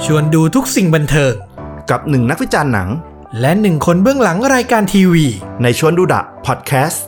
วนดูทุกสิ่งบันเทิงกับหนึ่งนักวิจารณ์หนังและหนึ่งคนเบื้องหลังรายการทีวีในชวนดูดะพอดแคสต์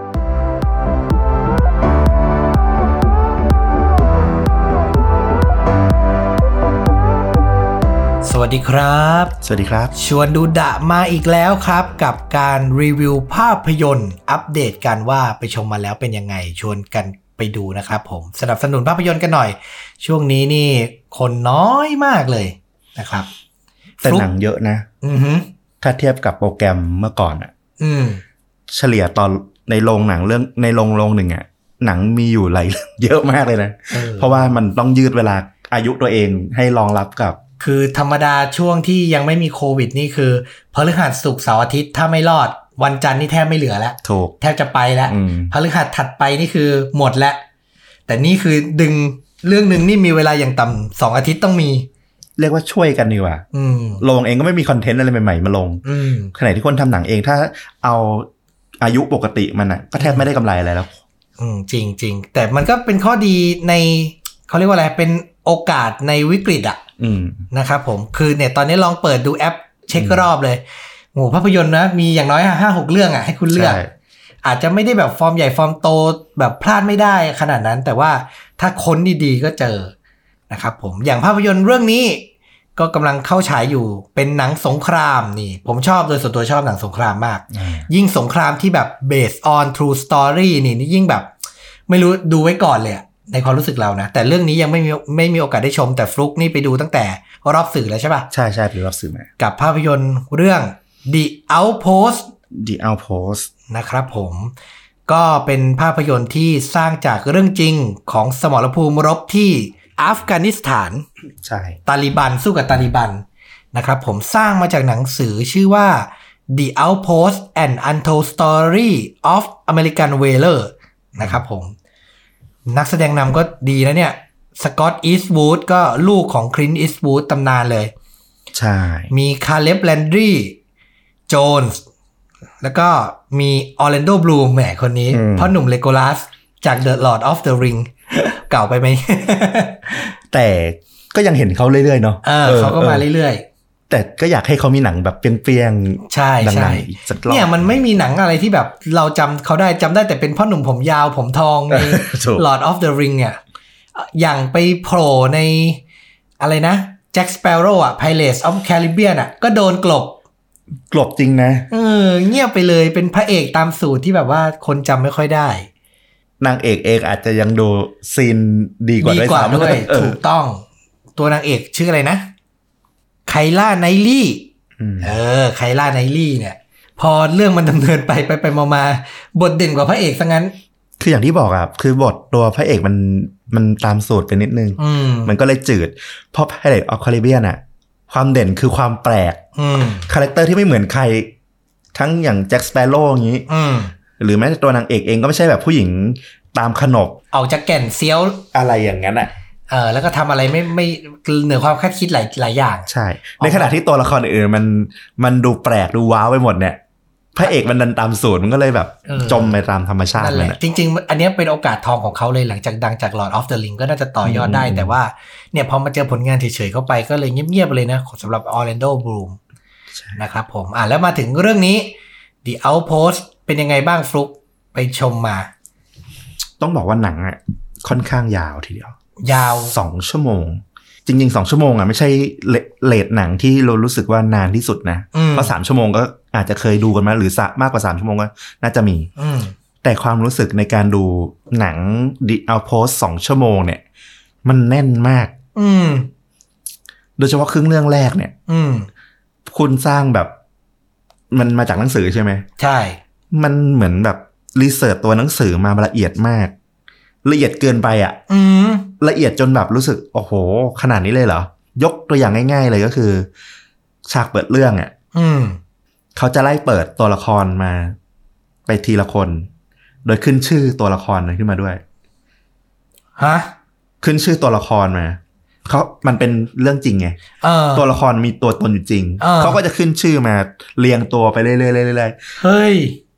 สวัสดีครับสวัสดีครับชวนดูดะมาอีกแล้วครับกับการรีวิวภาพยนตร์อัปเดตกันว่าไปชมมาแล้วเป็นยังไงชวนกันไปดูนะครับผมสนับสนุนภาพยนตร์กันหน่อยช่วงนี้นี่คนน้อยมากเลยนะครับแต่หนังเยอะนะถ้าเทียบกับโปรแกรมเมื่อก่อนอ่ะเฉลี่ยตอนในโรงหนังเรื่องในโรงหนึ่งอ่ะหนังมีอยู่หลายเยอะมากเลยนะเพราะว่ามันต้องยืดเวลาอายุตัวเองให้รองรับกับคือธรรมดาช่วงที่ยังไม่มีโควิดนี่คือพฤหัสศุกร์เสาร์อาทิตย์ถ้าไม่รอดวันจันทร์นี่แทบไม่เหลือแล้วถูกแทบจะไปแล้วพฤหัสถัดไปนี่คือหมดแล้วแต่นี่คือดึงเรื่องนึงนี่มีเวลาอย่างต่ำ2 อาทิตย์ต้องมีเรียกว่าช่วยกันดีกว่าลงเองก็ไม่มีคอนเทนต์อะไรใหม่ๆมาลงขณะที่คนทำหนังเองถ้าเอาอายุปกติมันอ่ะก็แทบไม่ได้กำไรอะไรแล้วจริงๆแต่มันก็เป็นข้อดีในเขาเรียกว่าอะไรเป็นโอกาสในวิกฤตอ่ะนะครับผมคือเนี่ยตอนนี้ลองเปิดดูแอปเช็ครอบเลยโหภาพยนตร์นะมีอย่างน้อย 5-6 เรื่องอ่ะให้คุณเลือกอาจจะไม่ได้แบบฟอร์มใหญ่ฟอร์มโตแบบพลาดไม่ได้ขนาดนั้นแต่ว่าถ้าค้นดีๆก็เจอนะครับผมอย่างภาพยนตร์เรื่องนี้ก็กำลังเข้าฉายอยู่เป็นหนังสงครามนี่ผมชอบโดยส่วนตัวชอบหนังสงครามมากยิ่งสงครามที่แบบ based on true story นี่ยิ่งแบบไม่รู้ดูไว้ก่อนเลยในความรู้สึกเรานะแต่เรื่องนี้ยังไม่มีโอกาสได้ชมแต่ฟลุกนี่ไปดูตั้งแต่รอบสื่อแล้วใช่ป่ะใช่ๆไปรอบสื่อมากับภาพยนตร์เรื่อง The Outpost The Outpost นะครับผมก็เป็นภาพยนตร์ที่สร้างจากเรื่องจริงของสมรภูมิรบที่อัฟกานิสถานใช่ตาลิบันสู้กับตาลิบันนะครับผมสร้างมาจากหนังสือชื่อว่า The Outpost An Untold Story of American Valor นะครับผมนักแสดงนำก็ดีนะเนี่ยสกอตต์อีสต์วูดก็ลูกของคลินต์อีสต์วูดตำนานเลยใช่มีคาร์เล็บแลนดรีโจนส์แล้วก็มีออร์แลนโดบลูมแหมคนนี้พ่อหนุ่มเลโกลัสจาก The Lord of the Ring เก่าไปไหมแต่ก็ยังเห็นเขาเรื่อยๆเนาะเขาก็มาเรื่อยๆแต่ก็อยากให้เขามีหนังแบบเปรี้ยงๆใช่ใช่เนี่ยมันไม่มีหนังอะไรที่แบบเราจำเขาได้จำได้แต่เป็นพ่อหนุ่มผมยาวผมทองใน Lord of the Ring เนี่ยอย่างไปโผล่ในอะไรนะ Jack Sparrow อ่ะ Pirates of Caribbean อ่ะก็โดนกลบจริงนะเงียบไปเลยเป็นพระเอกตามสูตรที่แบบว่าคนจำไม่ค่อยได้นางเอกอาจจะยังดูซีนดีกว่าด้วยซ้ำถูกต้องตัวนางเอกชื่ออะไรนะไคล่าไนลี่ไคล่าไนลี่เนี่ยพอเรื่องมันดำเนินไปมาบทเด่นกว่าพระเอกซะงั้นคืออย่างที่บอกอ่ะคือบทตัวพระเอกมันตามสูตรไปนิดนึงมันก็เลยจืดเพราะ Pirates of Caribbean อ่ะความเด่นคือความแปลกคาแรคเตอร์ที่ไม่เหมือนใครทั้งอย่างแจ็คสเปโร่อย่างนี้หรือแม้แต่ตัวนางเอกเองก็ไม่ใช่แบบผู้หญิงตามขนบออกจากแก่นเซียวอะไรอย่างนั้นอ่ะแล้วก็ทำอะไรไม่เหนือความคาดคิดหลายอย่างใช่ในขณะที่ตัวละครอื่นมันดูแปลกดูว้าวไปหมดเนี่ยพระเอกมันดันตามสูตรมันก็เลยแบบจมไปตามธรรมชาตินั่นแหละจริงๆอันนี้เป็นโอกาสทองของเขาเลยหลังจากดังจาก Lord of the Ring ก็น่าจะต่อยอดได้แต่ว่าเนี่ยพอมาเจอผลงานเฉยๆเข้าไปก็เลยเงียบๆเลยนะสำหรับ Orlando Bloom นะครับผมแล้วมาถึงเรื่องนี้ The Outpost เป็นยังไงบ้างฟลุกไปชมมาต้องบอกว่าหนังอ่ะค่อนข้างยาวทีเดียวยาว 2 ชั่วโมงจริงๆ2 ชั่วโมงอ่ะไม่ใช่เรทหนังที่เรารู้สึกว่านานที่สุดนะเพราะ3 ชั่วโมงก็อาจจะเคยดูกันมาหรือมากกว่า3 ชั่วโมงก็น่าจะมีแต่ความรู้สึกในการดูหนัง The Outpost 2 ชั่วโมงเนี่ยมันแน่นมากโดยเฉพาะครึ่งเรื่องแรกเนี่ยคุณสร้างแบบมันมาจากหนังสือใช่ไหมใช่มันเหมือนแบบรีเสิร์ชตัวหนังสือมาละเอียดมากละเอียดเกินไปอ่ะละเอียดจนแบบรู้สึกโอ้โหขนาดนี้เลยเหรอยกตัวอย่างง่ายๆเลยก็คือฉากเปิดเรื่องอ่ะเขาจะไล่เปิดตัวละครมาไปทีละคนโดยขึ้นชื่อตัวละครขึ้นมาด้วยฮะขึ้นชื่อตัวละครมามันเป็นเรื่องจริงไงตัวละครมีตัวตนอยู่จริงเขาก็จะขึ้นชื่อมาเรียงตัวไปเรื่อยๆเฮ้ย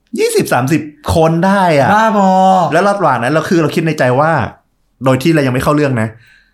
20-30 คนได้อ่ะบ้าบอแล้วระหว่างนั้นเราคิดในใจว่าโดยที่เรายังไม่เข้าเรื่องนะโ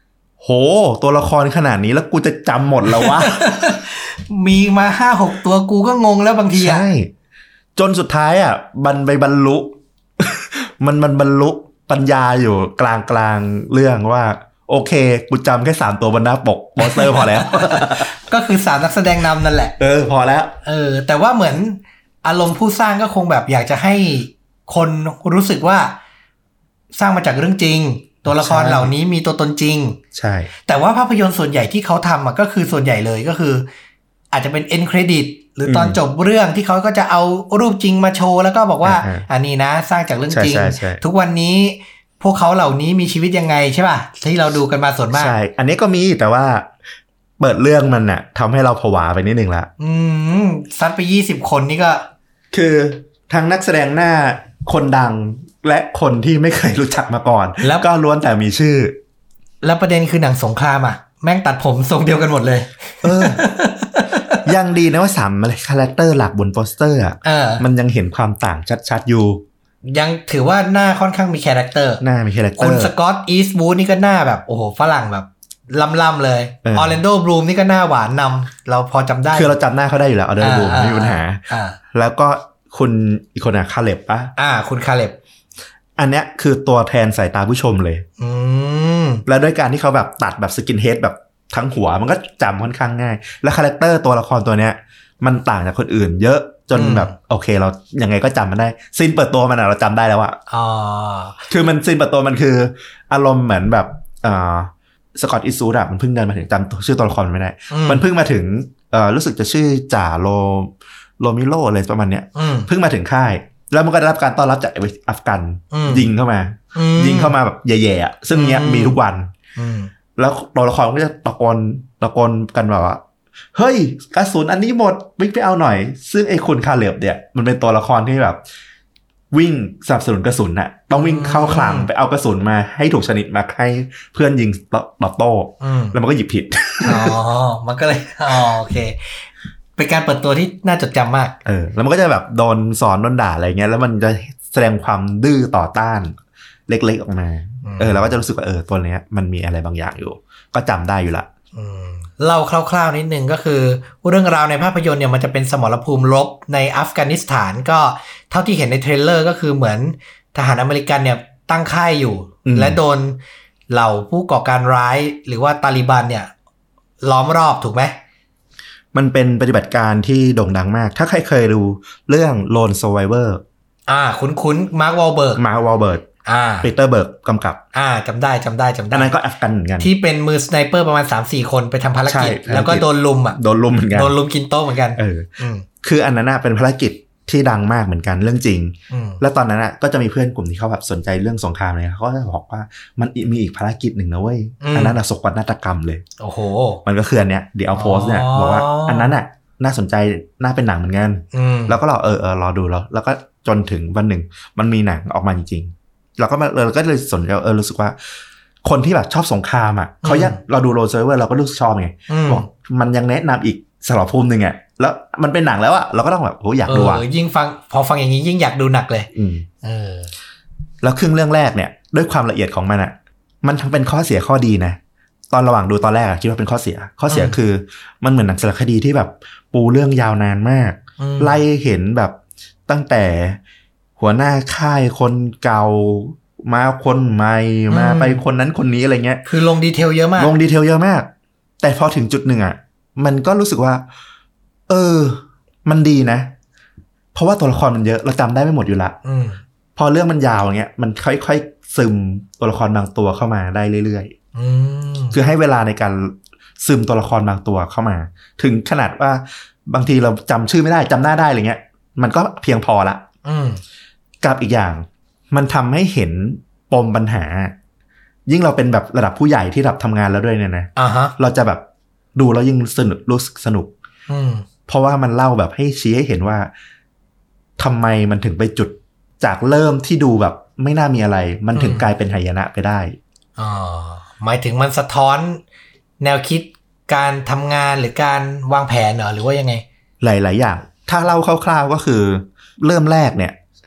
โหตัวละครขนาดนี้แล้วกูจะจำหมดแล้ววะมีมา 5-6 ตัวกูก็งงแล้วบางทีใช่จนสุดท้ายอ่ะมันไปบรรลุ มันบรรลุปัญญาอยู่กลางเรื่องว่าโอเคกูจำแค่3ตัวบนหน้าปกโปสเตอร์พอแล้วก็คือ3นักแสดงนำนั่นแหละพอแล้วแต่ว่าเหมือนอารมณ์ผู้สร้างก็คงแบบอยากจะให้คนรู้สึกว่าสร้างมาจากเรื่องจริงตัวละครเหล่านี้มีตัวตนจริงใช่แต่ว่าภาพยนตร์ส่วนใหญ่ที่เขาทำก็คือส่วนใหญ่เลยก็คืออาจจะเป็น end credit หรือตอนจบเรื่องที่เขาก็จะเอารูปจริงมาโชว์แล้วก็บอกว่าอันนี้นะสร้างจากเรื่องจริงทุกวันนี้พวกเขาเหล่านี้มีชีวิตยังไงใช่ป่ะที่เราดูกันมาส่วนมากใช่อันนี้ก็มีแต่ว่าเปิดเรื่องมันน่ะทำให้เราผวาไปนิดนึงละซัดไป20คนนี่ก็คือทั้งนักแสดงหน้าคนดังและคนที่ไม่เคยรู้จักมาก่อนแล้วก็ล้วนแต่มีชื่อแล้วประเด็นคือหนังสงครามแม่งตัดผมทรงเดียวกันหมดเลยยังดีนะว่า3คาแรคเตอร์หลักบนโปสเตอร์มันยังเห็นความต่างชัดๆอยู่ยังถือว่าหน้าค่อนข้างมีคาแรคเตอร์หน้ามีคาแรคเตอร์คุณสกอตต์อีสต์วูดนี่ก็หน้าแบบโอ้โหฝรั่งแบบล่ำๆเลยออร์แลนโดบลูมนี่ก็หน้าหวานนำเราพอจำได้คือเราจำหน้าเขาได้อยู่แล้วออร์แลนโดบลูมไม่มีปัญหาแล้วก็คุณอีกคนคาเล็บป่ะคุณคาเล็บอันเนี้ยคือตัวแทนสายตาผู้ชมเลยแล้วด้วยการที่เขาแบบตัดแบบสกินเฮดแบบทั้งหัวมันก็จำค่อนข้างง่ายและคาแรคเตอร์ตัวละครตัวเนี้ยมันต่างจากคนอื่นเยอะจนแบบโอเคเรายังไงก็จำมันได้ซีนเปิดตัวมันเราจำได้แล้วคือมันซีนเปิดตัวมันคืออารมณ์เหมือนแบบสกอตต์อีสต์วูดมันเพิ่งเดินมาถึงจำชื่อตัวละครไม่ได้มันเพิ่งมาถึงรู้สึกจะชื่อจ่าโรมิโลอะไรประมาณเนี้ยเพิ่งมาถึงค่ายแล้วมันก็ได้รับการต้อนรับจากอัฟกันยิงเข้ามาแบบแย่ๆซึ่งเนี้ยมีทุกวันแล้วตัวละครก็จะตะโกนกันแบบว่าเฮ้ยกระสุนอันนี้หมดวิ่งไปเอาหน่อยซึ่งไอ้คุณคาเล็บเนี่ยมันเป็นตัวละครที่แบบวิ่งสนับสนุนกระสุนน่ะต้องวิ่งเข้าคลังไปเอากระสุนมาให้ถูกชนิดมาให้เพื่อนยิงตอบโต้แล้วมันก็หยิบผิดมันก็เลยโอเคเป็นการเปิดตัวที่น่าจดจำมากแล้วมันก็จะแบบโดนสอนโดนด่าอะไรเงี้ยแล้วมันจะแสดงความดื้อต่อต้านเล็กๆออกมาเราก็จะรู้สึกว่าตัวเนี้ยมันมีอะไรบางอย่างอยู่ก็จำได้อยู่ละเล่าคร่าวๆนิดนึงก็คือเรื่องราวในภาพยนตร์เนี่ยมันจะเป็นสมรภูมิรบในอัฟกานิสถานก็เท่าที่เห็นในเทรลเลอร์ก็คือเหมือนทหารอเมริกันเนี่ยตั้งค่ายอยู่และโดนเหล่าผู้ก่อการร้ายหรือว่าตาลิบันเนี่ยล้อมรอบถูกไหมมันเป็นปฏิบัติการที่โด่งดังมากถ้าใครเคยดูเรื่อง Lone Survivor คุ้นมาร์ควอลเบิร์กปีเตอร์เบิร์กกำกับจำได้อันนั้นก็อัฟกันเหมือนกันที่เป็นมือสไนเปอร์ประมาณ 3-4 คนไปทำภารกิจแล้วก็โดนลุมเหมือนกันโดนลุมกินโต๊ะเหมือนกันคืออันนั้นเป็นภารกิจที่ดังมากเหมือนกันเรื่องจริงแล้วตอนนั้นก็จะมีเพื่อนกลุ่มที่เขาแบบสนใจเรื่องสงครามเลยเขาก็จะบอกว่ามันมีอีกภารกิจหนึ่งนะเว้ยอันนั้นโศกนาฏกรรมเลยโอ้โหมันก็คืออันเนี้ย The Outpost เนี่ยบอกว่าอันนั้นน่าสนใจน่าเป็นหนังเหมือนกันแล้วก็รอดูแล้วก็จนถึงวันหนึ่งมันมีหนังออกมาจริงเราก็เลยสนใจรู้สึกว่าคนที่แบบชอบสงครามเขาเราดูโรเซอร์เวอร์เราก็รู้สึกชอบไงบอกมันยังแนะนำอีกสำหรับภูมิหนึ่งแล้วมันเป็นหนังแล้วเราก็ต้องแบบโหอยากดูยิ่งพอฟังอย่างนี้ยิ่งอยากดูหนักเลยแล้วครึ่งเรื่องแรกเนี่ยด้วยความละเอียดของมันมันทั้งเป็นข้อเสียข้อดีนะตอนระหว่างดูตอนแรกคิดว่าเป็นข้อเสียคือมันเหมือนหนังสารคดีที่แบบปูเรื่องยาวนานมากไล่เห็นแบบตั้งแต่หัวหน้าค่ายคนเก่ามาคนใหม่มาไปคนนั้นคนนี้อะไรเงี้ยคือลงดีเทลเยอะมากแต่พอถึงจุดหนึ่งมันก็รู้สึกว่ามันดีนะเพราะว่าตัวละครมันเยอะเราจำได้ไม่หมดอยู่ละพอเรื่องมันยาวอย่างเงี้ยมันค่อยๆซึมตัวละครบางตัวเข้ามาได้เรื่อยๆคือให้เวลาในการซึมตัวละครบางตัวเข้ามาถึงขนาดว่าบางทีเราจำชื่อไม่ได้จำหน้าได้อะไรเงี้ยมันก็เพียงพอละกับอีกอย่างมันทำให้เห็นปมปัญหายิ่งเราเป็นแบบระดับผู้ใหญ่ที่รับทำงานแล้วด้วยเนี่ยนะเราจะแบบดูแล้วยิ่งรู้สึกสนุกเพราะว่ามันเล่าแบบให้ชี้ให้เห็นว่าทำไมมันถึงไปจุดจากเริ่มที่ดูแบบไม่น่ามีอะไรมันถึงกลายเป็นหายนะไปได้หมายถึงมันสะท้อนแนวคิดการทำงานหรือการวางแผนหรือว่ายังไงหลายๆอย่างถ้าเล่าคร่าวๆก็คือเริ่มแรกเนี่ย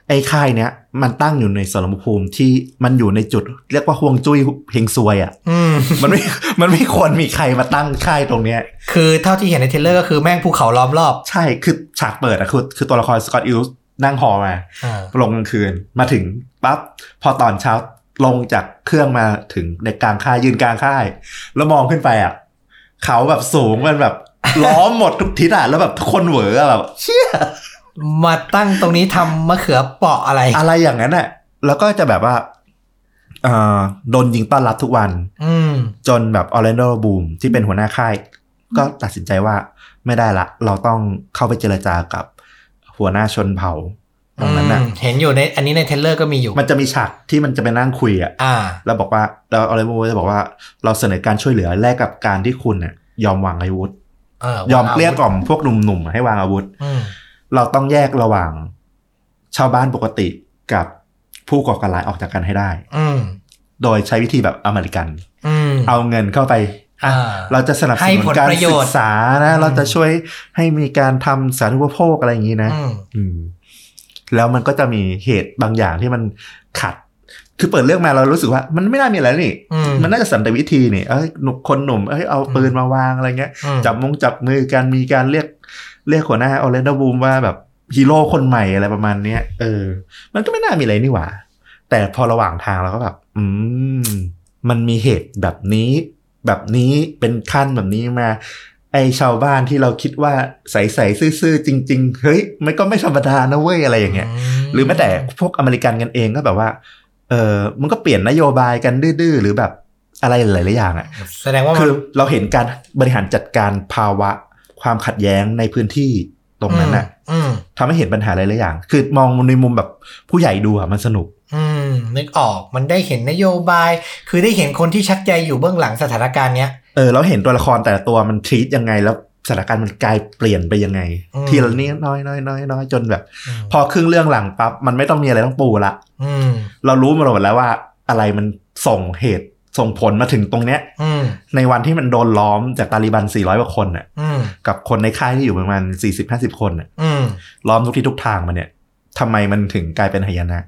ไอ้ค่ายเนี้ยมันตั้งอยู่ในสมรภูมิที่มันอยู่ในจุดเรียกว่าฮวงจุ้ยเฮงซวยอ่ะมันไม่ควรมีใครมาตั้งค่ายตรงเนี้ยคือเท่าที่เห็นในเทรลเลอร์ก็คือแม่งภูเขาล้อมรอบใช่คือฉากเปิดอะคือตัวละครสกอตต์อิลส์นั่งหอมาลงกลางคืนมาถึงปั๊บพอตอนเช้าลงจากเครื่องมาถึงในกลางค่ายยืนกลางค่ายแล้วมองขึ้นไปอ่ะเขาแบบสูงมันแบบล้อมหมดทุกทิศอ่ะแล้วแบบทุกคนเหวอแบบเชี่ยมาตั้งตรงนี้ทำมะเขือเปาะอะไรอย่างนั้นน่ะแล้วก็จะแบบว่าโดนยิงต้อนรับทุกวันจนแบบออร์แลนโดบูมที่เป็นหัวหน้าค่ายก็ตัดสินใจว่าไม่ได้ละเราต้องเข้าไปเจรจากับหัวหน้าชนเผ่าตรงนั้นน่ะเห็นอยู่ในอันนี้ในเทรลเลอร์ก็มีอยู่มันจะมีฉากที่มันจะไปนั่งคุยอ่ะแล้วบอกว่าแล้วออร์แลนโดจะบอกว่าเราเสนอการช่วยเหลือแลกกับการที่คุณน่ะยอมวางอาวุธยอมเกลี้ยกล่อมพวกหนุ่มๆให้วางอาวุธเราต้องแยกระหว่างชาวบ้านปกติกับผู้ก่อการร้ายออกจากกันให้ได้โดยใช้วิธีแบบอเมริกันเอาเงินเข้าไปเราจะสนับสนุนการศึกษานะเราจะช่วยให้มีการทำสาธารณูปโภคอะไรอย่างนี้นะแล้วมันก็จะมีเหตุบางอย่างที่มันขัดคือเปิดเรื่องมาเรารู้สึกว่ามันไม่น่ามีอะไรนี่มันน่าจะสันติวิธีนี่คนหนุ่มเอาปืนมาวางอะไรเงี้ยจับมือกันมีการเรียกหัวหน้าออร์แลนโดบูมว่าแบบฮีโร่คนใหม่อะไรประมาณเนี้ยมันก็ไม่น่ามีอะไรนี่หว่าแต่พอระหว่างทางเราก็แบบมันมีเหตุแบบนี้เป็นขั้นแบบนี้มาไอชาวบ้านที่เราคิดว่าใสๆซื่อๆจริงๆเฮ้ยมันก็ไม่ธรรมดานะเว้ยอะไรอย่างเงี้ยหรือแม้แต่พวกอเมริกันกันเองก็แบบว่ามันก็เปลี่ยนนโยบายกันดื้อๆหรือแบบอะไรหลายๆอย่างอ่ะแสดงว่าคือเราเห็นการบริหารจัดการภาวะความขัดแย้งในพื้นที่ตรงนั้นน่ะทำให้เห็นปัญหาหลายๆอย่างคือมองในมุมแบบผู้ใหญ่ดูอ่ะมันสนุกนึกออกมันได้เห็นนโยบายคือได้เห็นคนที่ชักใยอยู่เบื้องหลังสถานการณ์เนี้ยเราเห็นตัวละครแต่ละตัวมันทรีตยังไงแล้วสถานการณ์มันกลายเปลี่ยนไปยังไงทีละนิดน้อยจนแบบพอครึ่งเรื่องหลังปั๊บมันไม่ต้องมีอะไรต้องปูละเรารู้มาหมดแล้วว่าอะไรมันส่งผลมาถึงตรงเนี้ยในวันที่มันโดนล้อมจากตาลิบัน400กว่าคนน่ะกับคนในค่ายที่อยู่ประมาณ 40-50 คนน่ะล้อมทุกที่ทุกทางมาเนี่ยทำไมมันถึงกลายเป็นหายนะ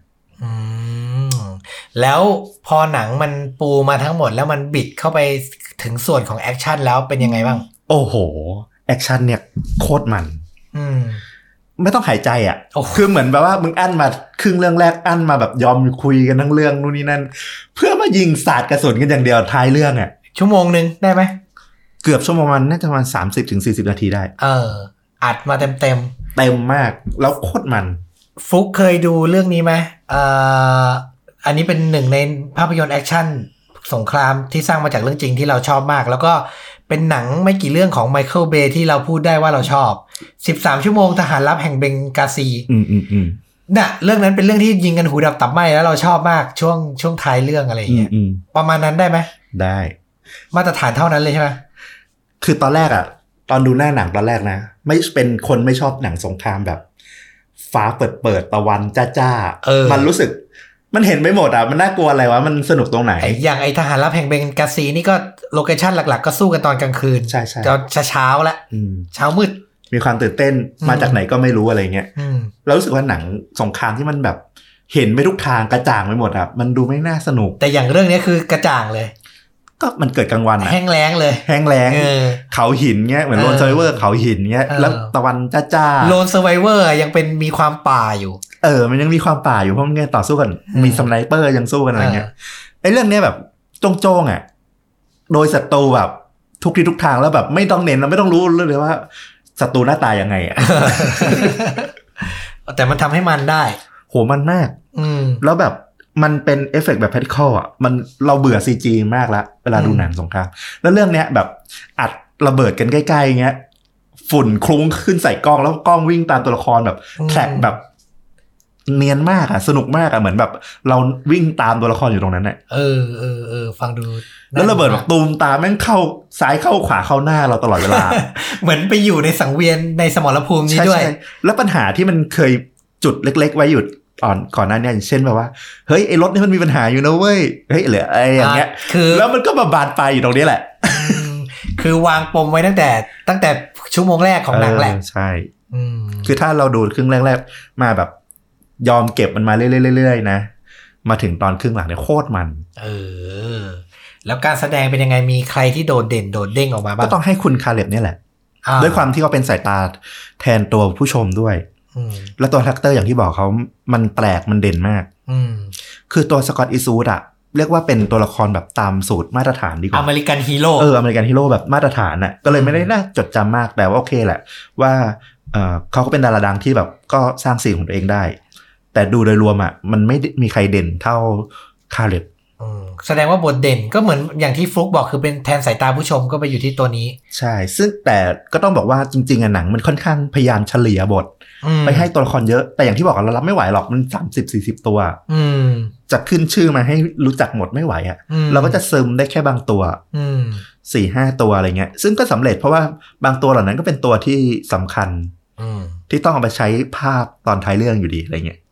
แล้วพอหนังมันปูมาทั้งหมดแล้วมันบิดเข้าไปถึงส่วนของแอคชั่นแล้วเป็นยังไงบ้างโอ้โหแอคชั่นเนี่ยโคตรมันไม่ต้องหายใจอ่ะคือเหมือนแบบว่ามึงอั้นมาครึ่งเรื่องแรกอั้นมาแบบยอมคุยกันทั้งเรื่องนู่นนี่นั่นเพื่อมายิงสาดกระสุนกันอย่างเดียวท้ายเรื่องอ่ะชั่วโมงนึงได้ไหมเกือบชั่วโมงมันน่าจะประมาณ 30-40 นาทีได้อัดมาเต็มมากแล้วโคตรมันฟุกเคยดูเรื่องนี้ไหมอันนี้เป็นหนึ่งในภาพยนตร์แอคชั่นสงครามที่สร้างมาจากเรื่องจริงที่เราชอบมากแล้วก็เป็นหนังไม่กี่เรื่องของไมเคิลเบย์ที่เราพูดได้ว่าเราชอบ13ชั่วโมงทหารลับแห่งเบงกาซีน่ะเรื่องนั้นเป็นเรื่องที่ยิงกันหูดับตับไหม้แล้วเราชอบมากช่วงท้ายเรื่องอะไรอย่างเงี้ยประมาณนั้นได้ไหมได้มาตรฐานเท่านั้นเลยใช่ไหมคือตอนแรกอ่ะตอนดูหน้าหนังตอนแรกนะไม่เป็นคนไม่ชอบหนังสงครามแบบฟ้าเปิดตะวันจ้ามันรู้สึกมันเห็นไม่หมดอ่ะมันน่ากลัวอะไรวะมันสนุกตรงไหนอย่างไอทหารลับแห่งเบงกาซีนี่ก็โลเคชั่นหลักๆก็สู้กันตอนกลางคืนใช่ตอนเช้าละเช้ามืดมีความตื่นเต้นมาจากไหนก็ไม่รู้อะไรเงี้ยแล้วรู้สึกว่าหนังสงครามที่มันแบบเห็นไปทุกทางกระจ่างไปหมดอ่ะมันดูไม่น่าสนุกแต่อย่างเรื่องนี้คือกระจ่างเลยก็มันเกิดกลางวันแห้งแล้งเลยแห้งแล้งเขาหินเงี้ยเหมือนโลนเซอร์ไวเวอร์เขาหินเงี้ยแล้วตะวันจ้าโลนเซอร์ไวเวอร์ยังเป็นมีความป่าอยู่มันยังมีความป่าอยู่เพราะมันไงต่อสู้กันมีสไนเปอร์ยังสู้กันอะไรเงี้ยไอ้เรื่องนี้แบบโจ้งอ่ะโดยศัตรูแบบทุกที่ทุกทางแล้วแบบไม่ต้องเน้นเราไม่ต้องรู้เลยว่าศัตรูหน้าตายังไงอ่ะแต่มันทำให้มันได้โหมันมากแล้วแบบมันเป็นเอฟเฟกต์แบบ practical อ่ะมันเราเบื่อ CG มากแล้วเวลาดูหนังสงครามแล้วเรื่องเนี้ยแบบอัดระเบิดกันใกล้ๆเงี้ยฝุ่นคลุ้งขึ้นใส่กล้องแล้วกล้องวิ่งตามตัวละครแบบแทร็กแบบเนียนมากอ่ะสนุกมากอ่ะเหมือนแบบเราวิ่งตามตัวละครอยู่ตรงนั้นน่ะฟังดูแล้วระเบิดแบบตูมตามแม่งเข้าซ้ายเข้าขวาเข้าหน้าเราตลอดเวลาเหมือนไปอยู่ในสังเวียนในสมรภูมินี้ด้วยแล้วปัญหาที่มันเคยจุดเล็กๆไว้อยู่ก่อนหน้านี้เช่นแบบว่าเฮ้ยไอ้รถนี่มันมีปัญหาอยู่นะเว้ยเฮ้ยเหลือไอ้อย่างเงี้ยแล้วมันก็มาบานปลายอยู่ตรงนี้แหละคือวางปมไว้ตั้งแต่ชั่วโมงแรกของหนังแหละใช่คือถ้าเราดูครึ่งแรกๆมาแบบยอมเก็บมันมาเรื่อยๆนะมาถึงตอนครึ่งหลังเนี่ยโคตรมันแล้วการแสดงเป็นยังไงมีใครที่โดดเด่นโดดเด้งออกมาบ้างก็ต้องให้คุณคาเล็บเนี่ยแหละด้วยความที่เขาเป็นสายตาแทนตัวผู้ชมด้วยแล้วตัวคาแรคเตอร์อย่างที่บอกเขามันแปลกมันเด่นมากคือตัวสกอตต์อีซูดอะเรียกว่าเป็นตัวละครแบบตามสูตรมาตรฐานดีกว่าอเมริกันฮีโร่อเมริกันฮีโร่แบบมาตรฐานน่ะก็เลยไม่ได้น่าจดจำมากแต่ว่าโอเคแหละว่าเขาก็เป็นดาราดังที่แบบก็สร้างสีของตัวเองได้แต่ดูโดยรวมอะมันไม่มีใครเด่นเท่าคาเล็บแสดงว่าบทเด่นก็เหมือนอย่างที่ฟลุกบอกคือเป็นแทนสายตาผู้ชมก็ไปอยู่ที่ตัวนี้ใช่ซึ่งแต่ก็ต้องบอกว่าจริงๆหนังมันค่อนข้างพยายามเฉลี่ยบทไปให้ตัวละครเยอะแต่อย่างที่บอกเรารับไม่ไหวหรอกมัน 30-40 ตัวจะขึ้นชื่อมาให้รู้จักหมดไม่ไหวอ่ะเราก็จะซึมได้แค่บางตัว4-5 ตัวอะไรเงี้ยซึ่งก็สำเร็จเพราะว่าบางตัวเหล่านั้นก็เป็นตัวที่สำคัญที่ต้องเอาไปใช้ภาพตอนท้ายเรื่องอยู่ดีอะไรเงี้ย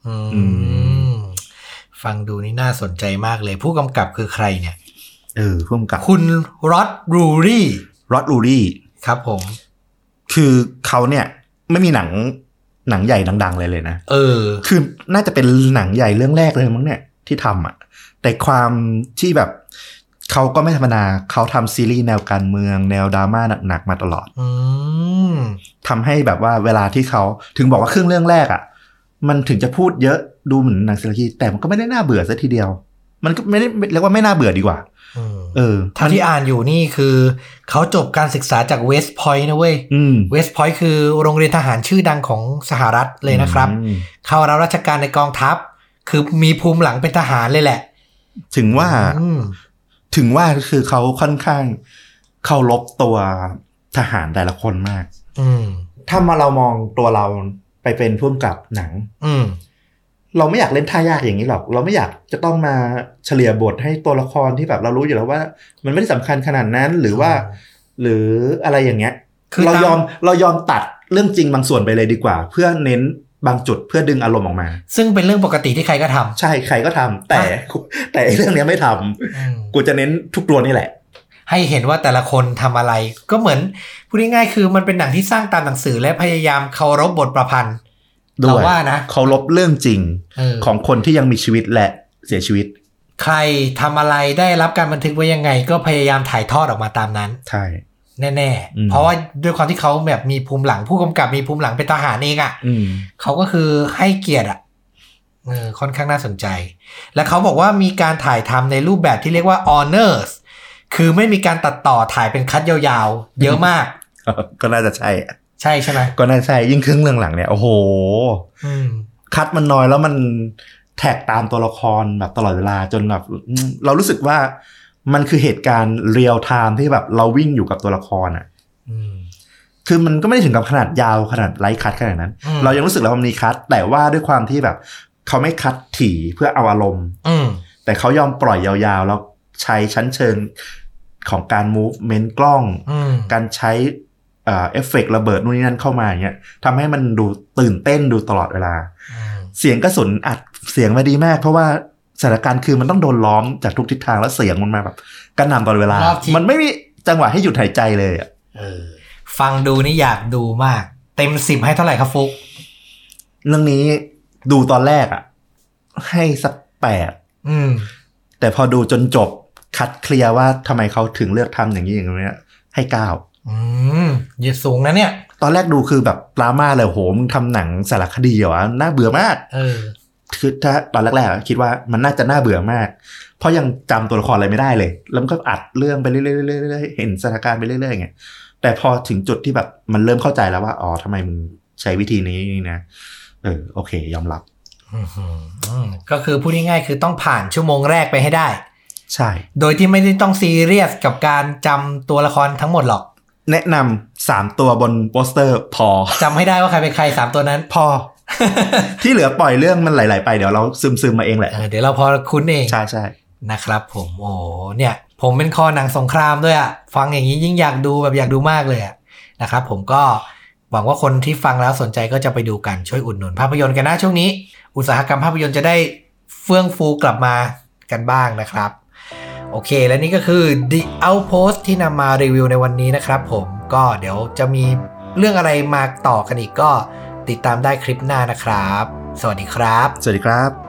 ฟังดูนี่น่าสนใจมากเลยผู้กำกับคือใครเนี่ยผู้กำกับคุณรอดรูรี่ครับผมคือเขาเนี่ยไม่มีหนังใหญ่ดังๆเลยนะคือน่าจะเป็นหนังใหญ่เรื่องแรกเลยมั้งเนี่ยที่ทำอ่ะแต่ความที่แบบเขาก็ไม่ธรรมดาเขาทำซีรีส์แนวการเมืองแนวดราม่าหนักๆมาตลอดทำให้แบบว่าเวลาที่เขาถึงบอกว่าครึ่งเรื่องแรกอ่ะมันถึงจะพูดเยอะดูเหมือนหนังซีรีส์แต่มันก็ไม่ได้น่าเบื่อซะทีเดียวมันก็ไม่ได้เรียกว่าไม่น่าเบื่อดีกว่าถ้าที่อ่านอยู่นี่คือเขาจบการศึกษาจากเวสต์พอยต์นะเว้ยเวสต์พอยต์คือโรงเรียนทหารชื่อดังของสหรัฐเลยนะครับเข้ารับราชการในกองทัพคือมีภูมิหลังเป็นทหารเลยแหละถึงว่าคือเขาค่อนข้างเคารพตัวทหารแต่ละคนมากถ้ามาเรามองตัวเราไปเป็นผู้กำกับหนังเราไม่อยากเล่นท่ายากอย่างนี้หรอกเราไม่อยากจะต้องมาเฉลี่ยบทให้ตัวละครที่แบบเรารู้อยู่แล้วว่ามันไม่ได้สำคัญขนาดนั้นหรืออะไรอย่างเงี้ยเรายอมตัดเรื่องจริงบางส่วนไปเลยดีกว่าเพื่อเน้นบางจุดเพื่อดึงอารมณ์ออกมาซึ่งเป็นเรื่องปกติที่ใครก็ทำใช่ใครก็ทำแต่เรื่องนี้ไม่ทำกูจะเน้นทุกตัวนี่แหละให้เห็นว่าแต่ละคนทำอะไรก็เหมือนพูดง่ายๆคือมันเป็นหนังที่สร้างตามหนังสือและพยายามเคารพบทประพันธ์เราว่านะเคารพเรื่องจริงของคนที่ยังมีชีวิตและเสียชีวิตใครทำอะไรได้รับการบันทึกไว้ยังไงก็พยายามถ่ายทอดออกมาตามนั้นใช่แน่ๆเพราะว่าด้วยความที่เขาแบบมีภูมิหลังผู้กำกับมีภูมิหลังเป็นทหารเองอ่ะเขาก็คือให้เกียรติอ่ะค่อนข้างน่าสนใจและเขาบอกว่ามีการถ่ายทำในรูปแบบที่เรียกว่า honors คือไม่มีการตัดต่อถ่ายเป็นคัทยาวๆเยอะมากก็น่าจะใช่ใช่ไหมก็น่าใช่ยิ่งครึ่งเรื่องหลังเนี่ยโอ้โหคัทมันน้อยแล้วมันแท็กตามตัวละครแบบตลอดเวลาจนแบบเรารู้สึกว่ามันคือเหตุการณ์เรียลไทม์ที่แบบเราวิ่งอยู่กับตัวละครอ่ะคือมันก็ไม่ได้ถึงกับขนาดยาวขนาดไลท์คัทขนาดนั้นเรายังรู้สึกแล้วมันมีคัทแต่ว่าด้วยความที่แบบเขาไม่คัทถี่เพื่อเอาอารมณ์แต่เขายอมปล่อยยาวๆแล้วใช้ชั้นเชิงของการ movement กล้องการใช้เอฟเฟกต์ระเบิดนู่นนี่นั่นเข้ามาอย่างเงี้ยทำให้มันดูตื่นเต้นดูตลอดเวลาเสียงกระสุนอัดเสียงมาดีมากเพราะว่าสถานการณ์คือมันต้องโดนล้อมจากทุกทิศทางแล้วเสียงมันมาแบบกระหน่ำตลอดเวลามันไม่มีจังหวะให้หยุดหายใจเลยอ่ะฟังดูนี่อยากดูมากเต็ม10ให้เท่าไหร่ครับฟุกเรื่องนี้ดูตอนแรกอ่ะให้สัก8แต่พอดูจนจบคัดเคลียร์ว่าทำไมเขาถึงเลือกทำอย่างนี้อย่างนี้ให้9 ยืดสูงนะเนี่ยตอนแรกดูคือแบบดราม่าเลยโหมึงทำหนังสารคดีเหรอน่าเบื่อมากคือถ้าตอนแรกๆคิดว่ามันน่าจะน่าเบื่อมากเพราะยังจำตัวละครอะไรไม่ได้เลยแล้วมันก็อัดเรื่องไปเรื่อยๆเห็นสถานการณ์ไปเรื่อยๆไงแต่พอถึงจุดที่แบบมันเริ่มเข้าใจแล้วว่าอ๋อทำไมมึงใช้วิธีนี้นะโอเคยอมรับก็คือพูดง่ายๆคือต้องผ่านชั่วโมงแรกไปให้ได้ใช่โดยที่ไม่ได้ต้องซีเรียสกับการจำตัวละครทั้งหมดหรอกแนะนำ3ตัวบนโปสเตอร์พอจำให้ได้ว่าใครเป็นใคร3ตัวนั้นพอ ที่เหลือปล่อยเรื่องมันไหลๆไปเดี๋ยวเราซึมๆมาเองแหละเดี๋ยวเราพอคุ้นเองใช่ๆนะครับผมโอ้เนี่ยผมเป็นคอหนังสงครามด้วยอ่ะฟังอย่างนี้ยิ่งอยากดูแบบอยากดูมากเลยอ่ะนะครับผมก็หวังว่าคนที่ฟังแล้วสนใจก็จะไปดูกันช่วยอุดหนุนภาพยนตร์กันนะช่วงนี้อุตสาหกรรมภาพยนตร์จะได้เฟื่องฟูกลับมากันบ้างนะครับโอเคและนี่ก็คือ The Outpost ที่นำมารีวิวในวันนี้นะครับผมก็เดี๋ยวจะมีเรื่องอะไรมาต่อกันอีกก็ติดตามได้คลิปหน้านะครับสวัสดีครับสวัสดีครับ